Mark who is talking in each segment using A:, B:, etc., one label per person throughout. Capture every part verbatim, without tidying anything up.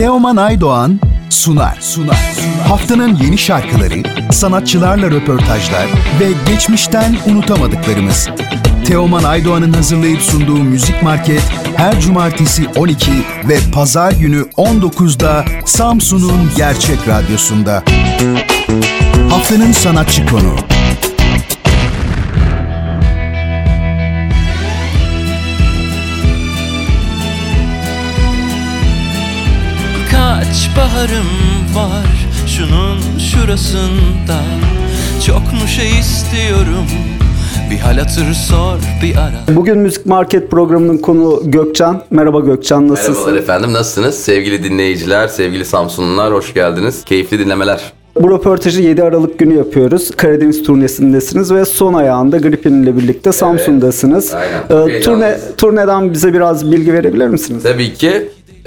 A: Teoman Aydoğan sunar. Sunar. Haftanın yeni şarkıları, sanatçılarla röportajlar ve geçmişten unutamadıklarımız. Teoman Aydoğan'ın hazırlayıp sunduğu Müzik Market her cumartesi on iki ve pazar günü on dokuzda Samsun'un Gerçek Radyosu'nda. Haftanın sanatçı konuğu.
B: Kaç baharım var şunun şurasında, çok mu şey istiyorum, bir hal hatır sor bir ara.
C: Bugün Müzik Market programının konuğu Gökçen. Merhaba Gökçen, nasılsın?
D: Merhabalar efendim, nasılsınız? Sevgili dinleyiciler, sevgili Samsunlular, hoş geldiniz. Keyifli dinlemeler.
C: Bu röportajı yedi Aralık günü yapıyoruz. Karadeniz turnesindesiniz ve son ayağında Gripin ile birlikte Samsun'dasınız.
D: Aynen.
C: Ee, turne, turneden bize biraz bilgi verebilir misiniz?
D: Tabii ki.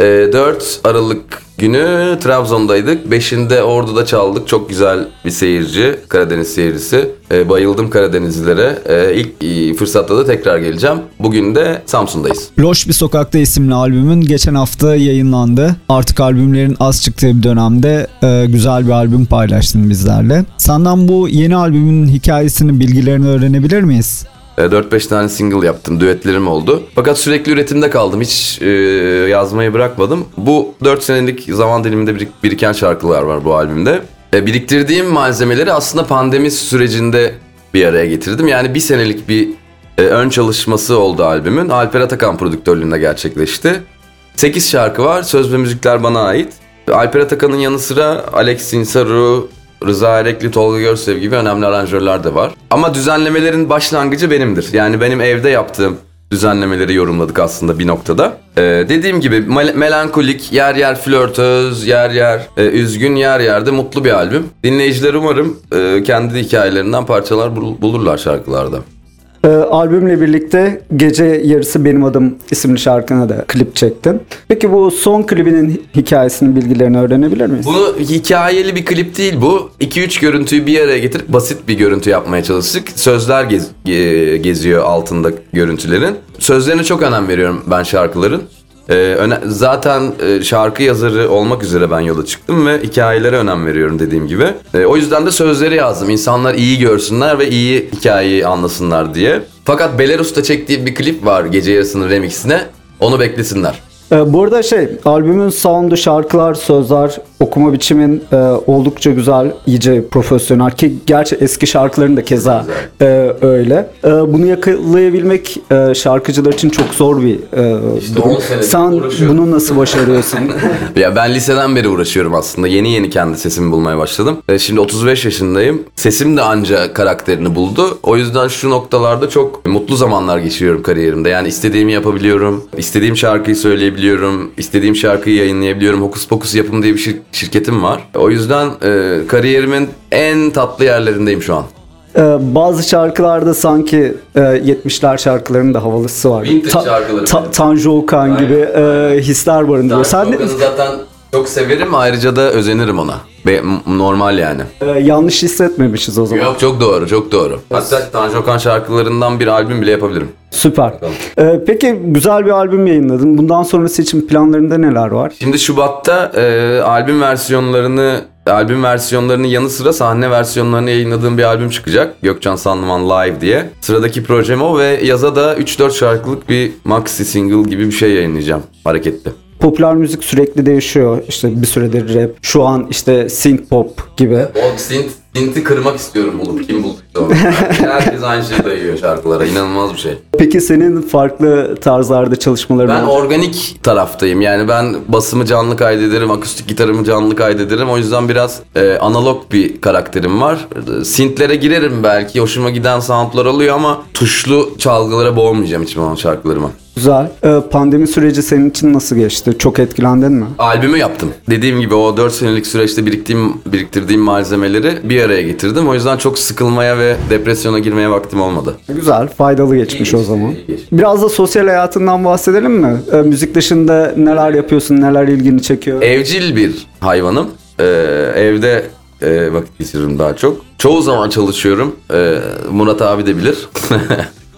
D: dört Aralık günü Trabzon'daydık. beşinde Ordu'da çaldık. Çok güzel bir seyirci, Karadeniz seyircisi. Bayıldım Karadenizlilere. İlk fırsatta da tekrar geleceğim. Bugün de Samsun'dayız.
E: Loş Bir Sokakta isimli albümün geçen hafta yayınlandı. Artık albümlerin az çıktığı bir dönemde e, güzel bir albüm paylaştın bizlerle. Senden bu yeni albümün hikayesini, bilgilerini öğrenebilir miyiz?
D: dört beş tane single yaptım, düetlerim oldu. Fakat sürekli üretimde kaldım, hiç e, yazmayı bırakmadım. Bu dört senelik zaman diliminde birik, biriken şarkılar var bu albümde. E, biriktirdiğim malzemeleri aslında pandemi sürecinde bir araya getirdim. Yani bir senelik bir e, ön çalışması oldu albümün. Alper Atakan prodüktörlüğünde gerçekleşti. sekiz şarkı var, söz ve müzikler bana ait. Alper Atakan'ın yanı sıra Alex Sinsaru, Rıza Erekli, Tolga Görsev gibi önemli aranjörler de var. Ama düzenlemelerin başlangıcı benimdir. Yani benim evde yaptığım düzenlemeleri yorumladık aslında bir noktada. Ee, dediğim gibi mel- melankolik, yer yer flörtöz, yer yer e, üzgün, yer yerde mutlu bir albüm. Dinleyiciler umarım e, kendi hikayelerinden parçalar bul- bulurlar şarkılarda.
C: Ee, albümle birlikte Gece Yarısı Benim Adım isimli şarkına da klip çektin. Peki bu son klibinin hikayesinin bilgilerini öğrenebilir miyiz?
D: Bunu hikayeli bir klip değil bu. iki üç görüntüyü bir araya getirip basit bir görüntü yapmaya çalıştık. Sözler gez- ge- geziyor altında görüntülerin. Sözlerine çok önem veriyorum ben şarkıların. Ee, öne- zaten e, şarkı yazarı olmak üzere ben yola çıktım ve hikayelere önem veriyorum dediğim gibi. Ee, o yüzden de sözleri yazdım. İnsanlar iyi görsünler ve iyi hikayeyi anlasınlar diye. Fakat Belarus'ta çektiğim bir klip var Gece Yarısı'nın remixine. Onu beklesinler.
C: Ee, bu arada şey, albümün sound'u, şarkılar, sözler, okuma biçimin e, oldukça güzel, iyice profesyonel ki gerçi eski şarkıların da keza e, öyle. E, bunu yakalayabilmek e, şarkıcılar için çok zor bir e,
D: İşte
C: durum.
D: on senedir
C: Sen
D: uğraşıyorum.
C: bunu nasıl başarıyorsun?
D: Ya ben liseden beri uğraşıyorum aslında. Yeni yeni kendi sesimi bulmaya başladım. E, şimdi otuz beş yaşındayım. Sesim de anca karakterini buldu. O yüzden şu noktalarda çok mutlu zamanlar geçiriyorum kariyerimde. Yani istediğimi yapabiliyorum. İstediğim şarkıyı söyleyebiliyorum. Biliyorum, istediğim şarkıyı yayınlayabiliyorum. Hokus Pokus Yapım diye bir şir- şirketim var. O yüzden e, kariyerimin en tatlı yerlerindeyim şu an.
C: Ee, bazı şarkılarda sanki e, yetmişler şarkılarının da havalısı var.
D: Vintage şarkıları.
C: Ta- Tanju Okan
D: Aynen,
C: gibi e,
D: aynen.
C: hisler barındırıyor. Sen de,
D: Okan'ı zaten çok severim. Ayrıca da özenirim ona. Be- m- normal yani.
C: e, yanlış hissetmemişiz o zaman.
D: Yok, çok doğru, çok doğru. Hatta Tanju Okan şarkılarından bir albüm bile yapabilirim.
C: Süper. Ee, peki güzel bir albüm yayınladın. Bundan sonrası için planlarında neler var?
D: Şimdi Şubat'ta e, albüm versiyonlarını albüm versiyonlarının yanı sıra sahne versiyonlarını yayınladığım bir albüm çıkacak. Gökçen Sanlıman Live diye. Sıradaki projem o ve yaza da üç dört şarkılık bir maxi single gibi bir şey yayınlayacağım. Hareketli.
C: Popüler müzik sürekli değişiyor. İşte bir süredir rap. Şu an işte synth pop gibi.
D: O synth, synth'i kırmak istiyorum bulup kim bulduysa onu. Herkes aynı şeyi dayıyor şarkılara. İnanılmaz bir şey.
C: Peki senin farklı tarzlarda çalışmaların
D: Ben
C: var?
D: organik taraftayım. Yani ben basımı canlı kaydederim, akustik gitarımı canlı kaydederim. O yüzden biraz e, analog bir karakterim var. E, Synth'lere girerim belki. Hoşuma giden soundlar oluyor ama tuşlu çalgılara boğmayacağım hiçbir zaman şarkılarıma.
C: Güzel. Ee, pandemi süreci senin için nasıl geçti? Çok etkilendin mi?
D: Albümü yaptım. Dediğim gibi o dört senelik süreçte biriktiğim, biriktirdiğim malzemeleri bir araya getirdim. O yüzden çok sıkılmaya ve depresyona girmeye vaktim olmadı.
C: Güzel, faydalı geçmiş
D: İyi
C: o
D: geçti,
C: zaman.
D: iyi geçti.
C: Biraz da sosyal hayatından bahsedelim mi? Ee, müzik dışında neler yapıyorsun, neler ilgini çekiyor?
D: Evcil bir hayvanım. Ee, evde e, vakit geçiririm daha çok. Çoğu zaman çalışıyorum. Ee, Murat abi de bilir.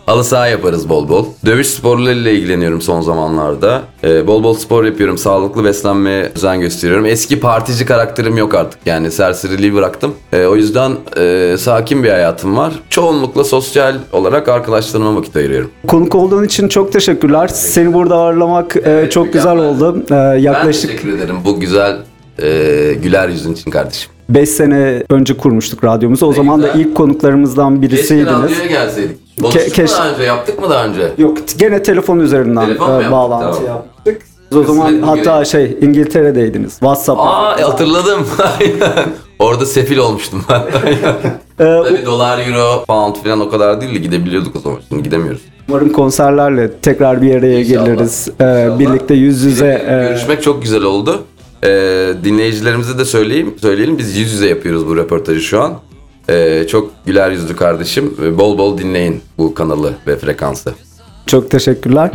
D: Halı saha yaparız bol bol. Dövüş sporlarıyla ilgileniyorum son zamanlarda. Ee, bol bol spor yapıyorum. Sağlıklı beslenmeye özen gösteriyorum. Eski partici karakterim yok artık. Yani serseriliği bıraktım. Ee, o yüzden e, sakin bir hayatım var. Çoğunlukla sosyal olarak arkadaşlarıma vakit ayırıyorum.
C: Konuk olduğun için çok teşekkürler. Seni burada ağırlamak e,
D: Evet,
C: çok güzel
D: mükemmel.
C: oldu. E,
D: Ben
C: yaklaşık
D: teşekkür ederim bu güzel e, güler yüzün için kardeşim.
C: beş sene önce kurmuştuk radyomuzu. O
D: Ne
C: zaman
D: güzel.
C: da ilk konuklarımızdan
D: Keşke
C: birisiydiniz.
D: radyoya gelseydik. Konuştuk
C: keş-
D: mu daha önce? Yaptık mı daha önce?
C: Yok, gene telefon üzerinden
D: Telefon mu
C: e,
D: yaptık?
C: bağlantı
D: Tamam.
C: yaptık. Siz o zaman
D: Kısmet
C: hatta
D: bugüne.
C: şey İngiltere'deydiniz. WhatsApp.
D: Aa hatırladım. Aynen. Orada sefil olmuştum ben.
C: Ee,
D: Tabii dolar, euro, pound falan o kadar değil de gidebiliyorduk o zaman. Şimdi gidemiyoruz.
C: Umarım konserlerle tekrar bir araya
D: İnşallah.
C: geliriz. Ee,
D: İnşallah.
C: birlikte yüz yüze.
D: Ee,
C: e,
D: Görüşmek çok güzel oldu. Ee, dinleyicilerimize de söyleyeyim, söyleyelim. Biz yüz yüze yapıyoruz bu röportajı şu an. Ee, çok güler yüzlü kardeşim. Ee, Bol bol dinleyin bu kanalı ve frekansı.
C: Çok teşekkürler.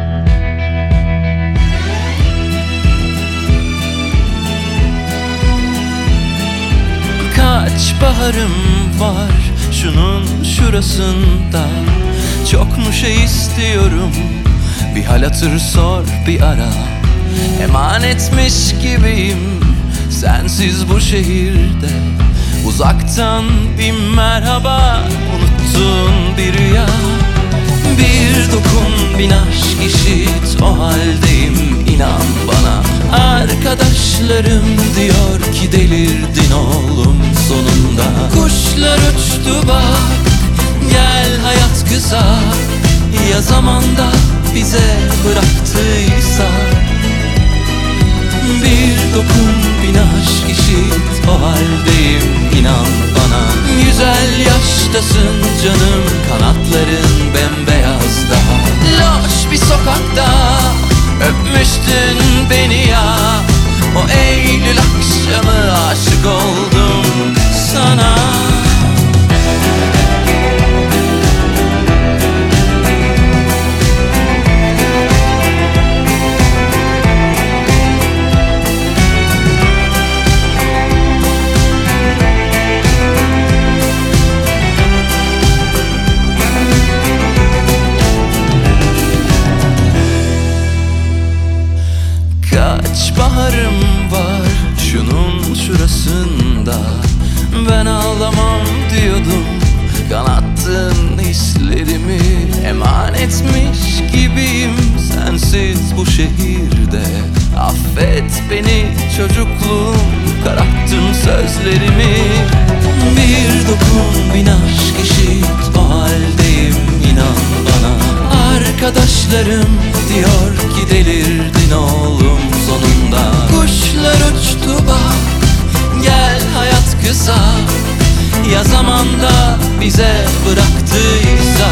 B: Kaç baharım var şunun şurasında. Çok mu şey istiyorum, bir hal hatır sor bir ara. Emanetmiş gibiyim sensiz bu şehirde. Uzaktan bir merhaba, unuttun bir rüya. Bir dokun, bin aşk işit, o haldeyim inan bana. Arkadaşlarım diyor ki delirdin oğlum sonunda. Kuşlar uçtu bak, gel hayat kısa. Ya zamanda bize bıraktıysa. Bir dokun, bin aşk işit, o haldeyim inan bana. Güzel yaştasın canım, kanatların bembeyaz daha. Loş bir sokakta öpmüştün beni ya. O Eylül akşamı aşık oldum sana. Kaç baharım var şunun şurasında. Ben ağlamam diyordum, kanattın hislerimi. Emanetmiş gibiyim sensiz bu şehirde. Affet beni çocukluğum, kararttın sözlerimi. Bir dokun, bin aşk eşit, o haldeyim inan bana. Arkadaşlarım diyor ki delirdin oğlum sonunda. Kuşlar uçtu bak, gel hayat kısa. Ya zamanda bize bıraktıysa.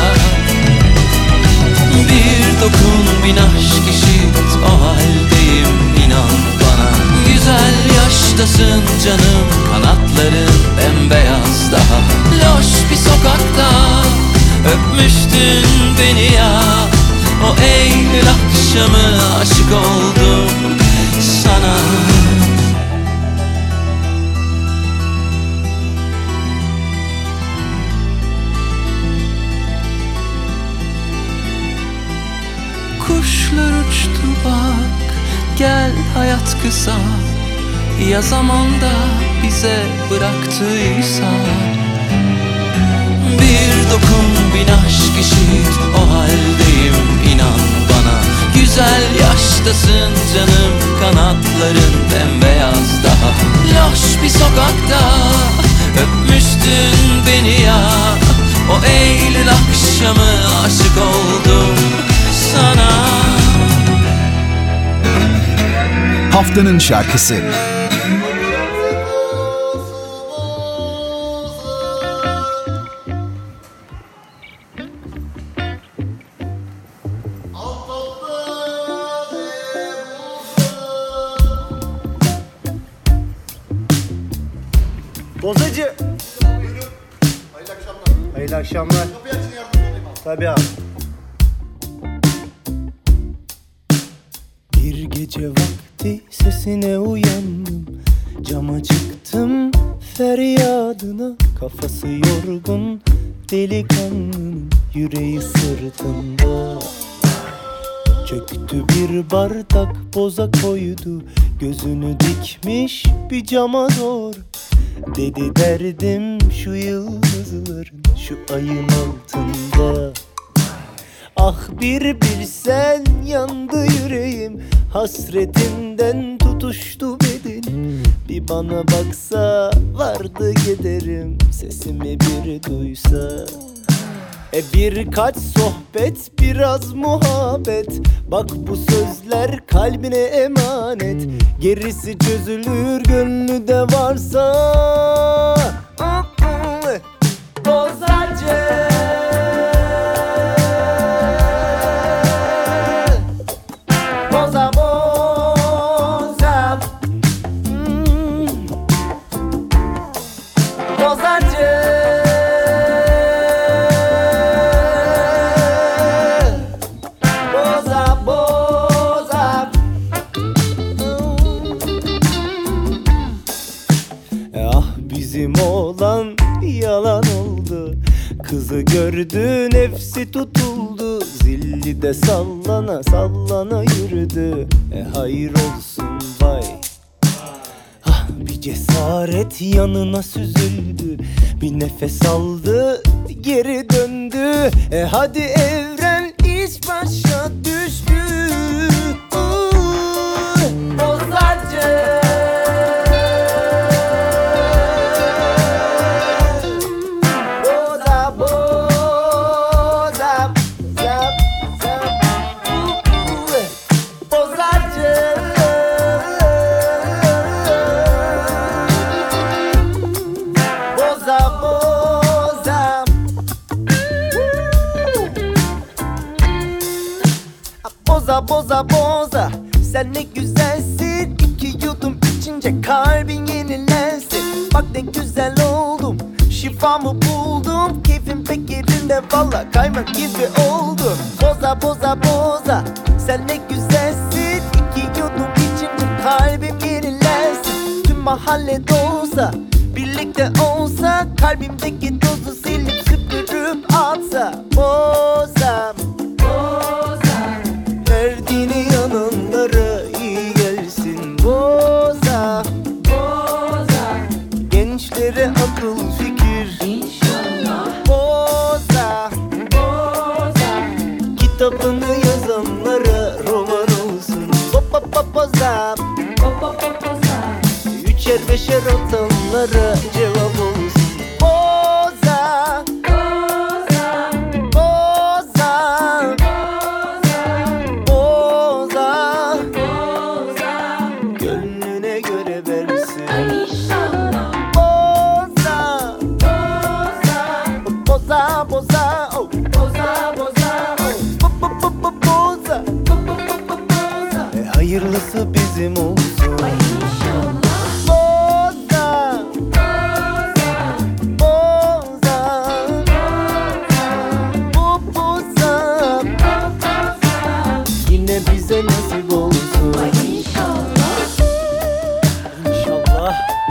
B: Bir dokun, bin aşk eşit, o haldeyim inan bana. Güzel yaştasın canım, kanatların bembeyaz daha. Loş bir sokakta öpmüştün beni ya. O Eylül akşamı aşık oldum sana. Kuşlar uçtu bak, gel hayat kısa. Ya zamanda bize bıraktıysa. Bir dokun, bin aşk eşit, o haldeyim inan bana. Güzel yaştasın canım, kanatların bembeyaz daha. Loş bir sokakta öpmüştün beni ya. O Eylül akşamı aşık oldum sana.
A: Haftanın şarkısı.
F: Bozacı. Hayırlı akşamlar. Hayırlı akşamlar. Tabii abi. Bir gece vakti sesine uyandım. Cama çıktım feryadına. Kafası yorgun delikanlının yüreği sırtında. Çöktü bir bardak boza koydu, gözünü dikmiş bir cama doğru. Dedi derdim şu yıldızların, şu ayın altında. Ah bir bilsen yandı yüreğim, hasretinden tutuştu bedenim. Bir bana baksa vardı giderim, sesimi bir duysa. E birkaç sohbet, biraz muhabbet, bak bu sözler kalbine emanet. Gerisi çözülür gönlü de varsa. Bozacı boza boza hmm. Bozacı boza boza hmm. Ah bizim oğlan yalan oldu, kızı gördü nefsi tutuldu. Zilli de sallana sallana yürüdü. E hayır olsun vay. Ah bir cesaret yanına süzüldü, bir nefes aldı geri döndü. E hadi evren iş başa düştü. Bozacı boza boza zap zap bozacı boza boza boza boza boza. Sen ne güzelsin, iki yudum içince kalbin yenilensin. Bak ne güzel oldum, şifamı buldum, keyfim pek yerinde valla kaymak gibi oldum. Boza boza boza, sen ne güzelsin, iki yudum içince kalbim yenilensin. Tüm mahalle dolsa, birlikte olsa, kalbimdeki tozu silip süpürüp atsa. Boza boza, verdiğini yananlara iyi gelsin. Boza boza, gençlere akıl fikir İnşallah. Boza boza, kitabını yazanlara roman olsun. Hop hop hop boza hop hop hop boza, üçer beşer atanlara cevap olsun. Boza boza boza boza boza, gönlüne göre versin. Boza boza boza boza oh. Boza boza oh. Bo bo bo bo boza bo bo bo bo boza. E hayırlısı bizim olsun. Boza boza bo boza, yine bize nasip olsun. İnşallah. İnşallah.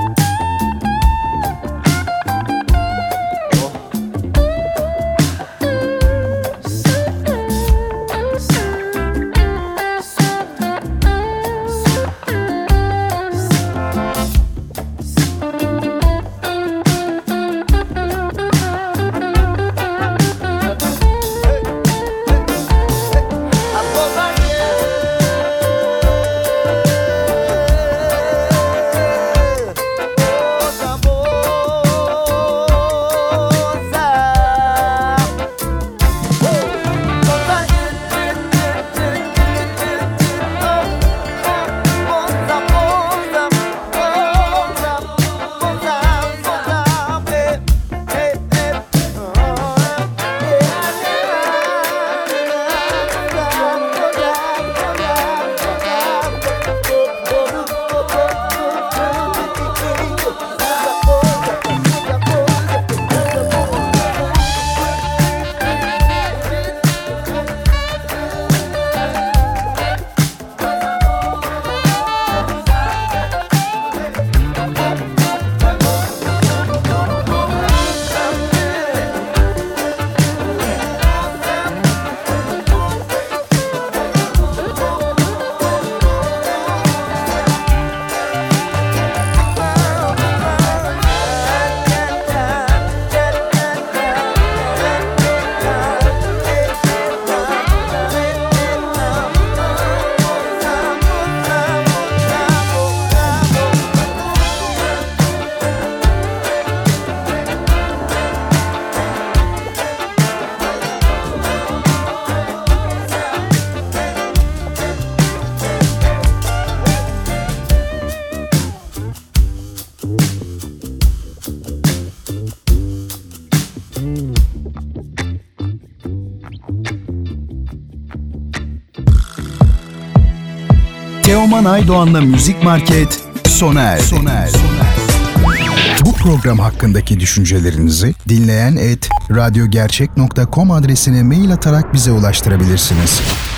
A: Teoman Aydoğan'la Müzik Market sona erdi. Sona erdi. Bu program hakkındaki düşüncelerinizi dinleyen et radyogercek nokta com adresine mail atarak bize ulaştırabilirsiniz.